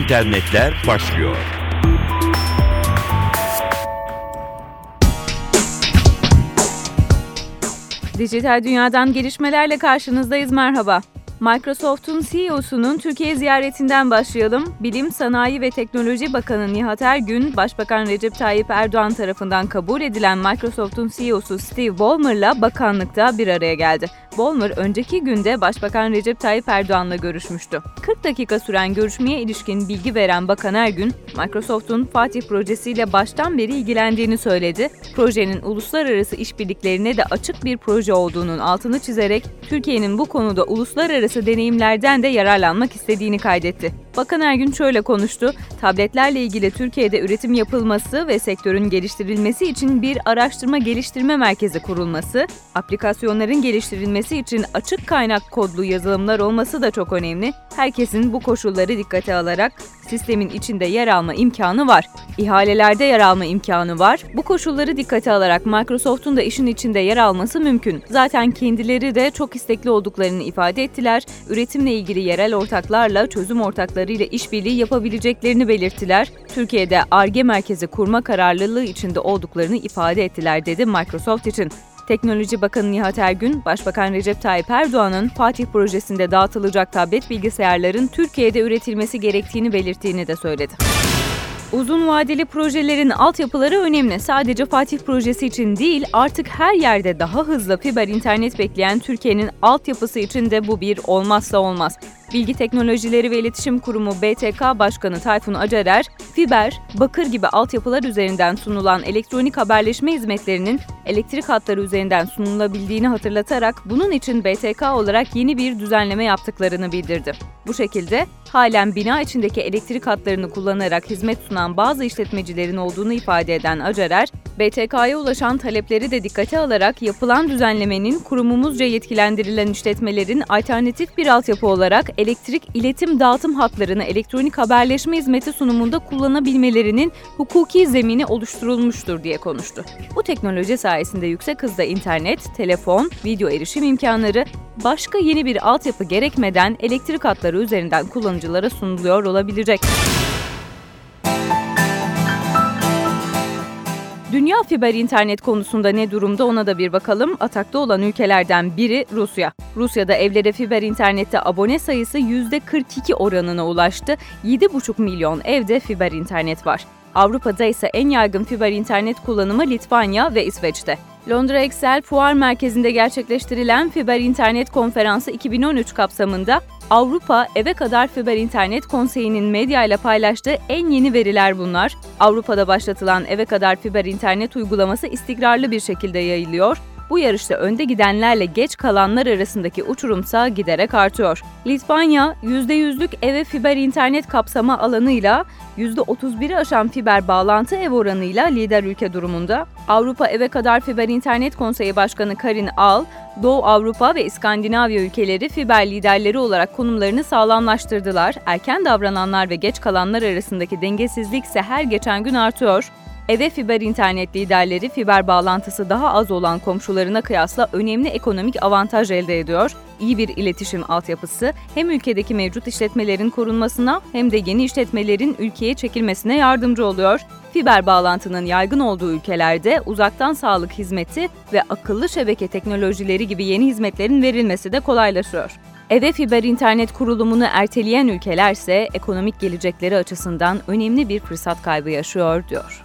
internetler başlıyor. Dijital dünyadan gelişmelerle karşınızdayız, merhaba. Microsoft'un CEO'sunun Türkiye ziyaretinden başlayalım. Bilim, Sanayi ve Teknoloji Bakanı Nihat Ergün, Başbakan Recep Tayyip Erdoğan tarafından kabul edilen Microsoft'un CEO'su Steve Ballmer'la bakanlıkta bir araya geldi. Ballmer, önceki günde Başbakan Recep Tayyip Erdoğan'la görüşmüştü. 40 dakika süren görüşmeye ilişkin bilgi veren Bakan Ergün, Microsoft'un Fatih projesiyle baştan beri ilgilendiğini söyledi. Projenin uluslararası işbirliklerine de açık bir proje olduğunun altını çizerek, Türkiye'nin bu konuda uluslararası deneyimlerden de yararlanmak istediğini kaydetti. Bakan Ergün şöyle konuştu: tabletlerle ilgili Türkiye'de üretim yapılması ve sektörün geliştirilmesi için bir araştırma geliştirme merkezi kurulması, aplikasyonların geliştirilmesi için açık kaynak kodlu yazılımlar olması da çok önemli. Herkesin bu koşulları dikkate alarak sistemin içinde yer alma imkanı var. İhalelerde yer alma imkanı var. Bu koşulları dikkate alarak Microsoft'un da işin içinde yer alması mümkün. Zaten kendileri de çok istekli olduklarını ifade ettiler. Üretimle ilgili yerel ortaklarla, çözüm ortaklarıyla işbirliği yapabileceklerini belirttiler. Türkiye'de Ar-Ge merkezi kurma kararlılığı içinde olduklarını ifade ettiler, dedi Microsoft için. Teknoloji Bakanı Nihat Ergün, Başbakan Recep Tayyip Erdoğan'ın Fatih projesinde dağıtılacak tablet bilgisayarların Türkiye'de üretilmesi gerektiğini belirttiğini de söyledi. Uzun vadeli projelerin altyapıları önemli. Sadece Fatih projesi için değil, artık her yerde daha hızlı fiber internet bekleyen Türkiye'nin altyapısı için de bu bir olmazsa olmaz. Bilgi Teknolojileri ve İletişim Kurumu BTK Başkanı Tayfun Acarer, fiber, bakır gibi altyapılar üzerinden sunulan elektronik haberleşme hizmetlerinin elektrik hatları üzerinden sunulabildiğini hatırlatarak bunun için BTK olarak yeni bir düzenleme yaptıklarını bildirdi. Bu şekilde halen bina içindeki elektrik hatlarını kullanarak hizmet sunan bazı işletmecilerin olduğunu ifade eden Acarer, BTK'ya ulaşan talepleri de dikkate alarak yapılan düzenlemenin kurumumuzca yetkilendirilen işletmelerin alternatif bir altyapı olarak elektrik iletim dağıtım hatlarını elektronik haberleşme hizmeti sunumunda kullanabilmelerinin hukuki zemini oluşturulmuştur diye konuştu. Bu teknoloji sayesinde yüksek hızda internet, telefon, video erişim imkanları başka yeni bir altyapı gerekmeden elektrik hatları üzerinden kullanıcılara sunuluyor olabilecek. Dünya fiber internet konusunda ne durumda, ona da bir bakalım. Atakta olan ülkelerden biri Rusya. Rusya'da evlere fiber internette abone sayısı %42 oranına ulaştı. 7,5 milyon evde fiber internet var. Avrupa'da ise en yaygın fiber internet kullanımı Litvanya ve İsveç'te. Londra Excel Fuar Merkezi'nde gerçekleştirilen Fiber İnternet Konferansı 2013 kapsamında Avrupa Eve Kadar Fiber İnternet Konseyi'nin medyayla paylaştığı en yeni veriler bunlar. Avrupa'da başlatılan Eve Kadar Fiber İnternet uygulaması istikrarlı bir şekilde yayılıyor. Bu yarışta önde gidenlerle geç kalanlar arasındaki uçurumsa giderek artıyor. Litvanya, %100'lük eve fiber internet kapsama alanıyla %31'i aşan fiber bağlantı ev oranıyla lider ülke durumunda. Avrupa Eve Kadar Fiber İnternet Konseyi Başkanı Karin Al, Doğu Avrupa ve İskandinavya ülkeleri fiber liderleri olarak konumlarını sağlamlaştırdılar. Erken davrananlar ve geç kalanlar arasındaki dengesizlik ise her geçen gün artıyor. Eve fiber internet liderleri fiber bağlantısı daha az olan komşularına kıyasla önemli ekonomik avantaj elde ediyor. İyi bir iletişim altyapısı hem ülkedeki mevcut işletmelerin korunmasına hem de yeni işletmelerin ülkeye çekilmesine yardımcı oluyor. Fiber bağlantının yaygın olduğu ülkelerde uzaktan sağlık hizmeti ve akıllı şebeke teknolojileri gibi yeni hizmetlerin verilmesi de kolaylaşıyor. Eve fiber internet kurulumunu erteleyen ülkelerse ekonomik gelecekleri açısından önemli bir fırsat kaybı yaşıyor, diyor.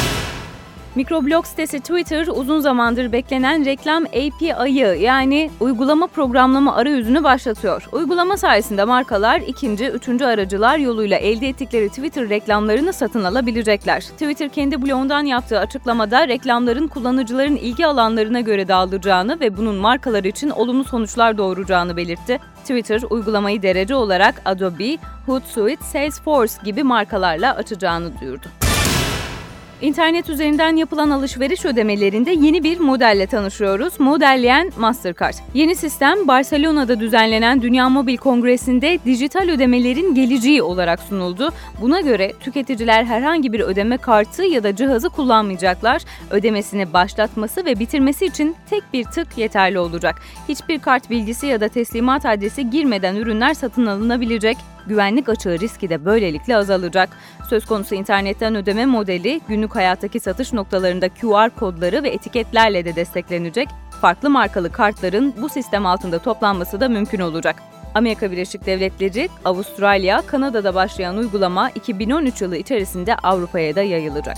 Mikroblog sitesi Twitter, uzun zamandır beklenen reklam API'yi yani uygulama programlama arayüzünü başlatıyor. Uygulama sayesinde markalar ikinci, üçüncü aracılar yoluyla elde ettikleri Twitter reklamlarını satın alabilecekler. Twitter kendi blogundan yaptığı açıklamada reklamların kullanıcıların ilgi alanlarına göre dağılacağını ve bunun markalar için olumlu sonuçlar doğuracağını belirtti. Twitter, uygulamayı derece olarak Adobe, Hootsuite, Salesforce gibi markalarla açacağını duyurdu. İnternet üzerinden yapılan alışveriş ödemelerinde yeni bir modelle tanışıyoruz. Modelleyen Mastercard. Yeni sistem Barcelona'da düzenlenen Dünya Mobil Kongresi'nde dijital ödemelerin geleceği olarak sunuldu. Buna göre tüketiciler herhangi bir ödeme kartı ya da cihazı kullanmayacaklar. Ödemesini başlatması ve bitirmesi için tek bir tık yeterli olacak. Hiçbir kart bilgisi ya da teslimat adresi girmeden ürünler satın alınabilecek. güvenlik açığı riski de böylelikle azalacak. Söz konusu internetten ödeme modeli günlük hayattaki satış noktalarında QR kodları ve etiketlerle de desteklenecek. Farklı markalı kartların bu sistem altında toplanması da mümkün olacak. Amerika Birleşik Devletleri, Avustralya, Kanada'da başlayan uygulama 2013 yılı içerisinde Avrupa'ya da yayılacak.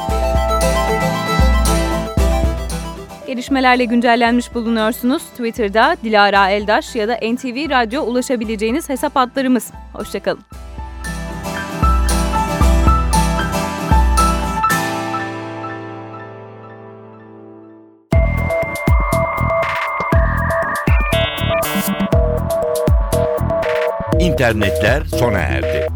Gelişmelerle güncellenmiş bulunuyorsunuz. Twitter'da Dilara Eldaş ya da NTV Radyo ulaşabileceğiniz hesap adlarımız. Hoşçakalın. İnternetler sona erdi.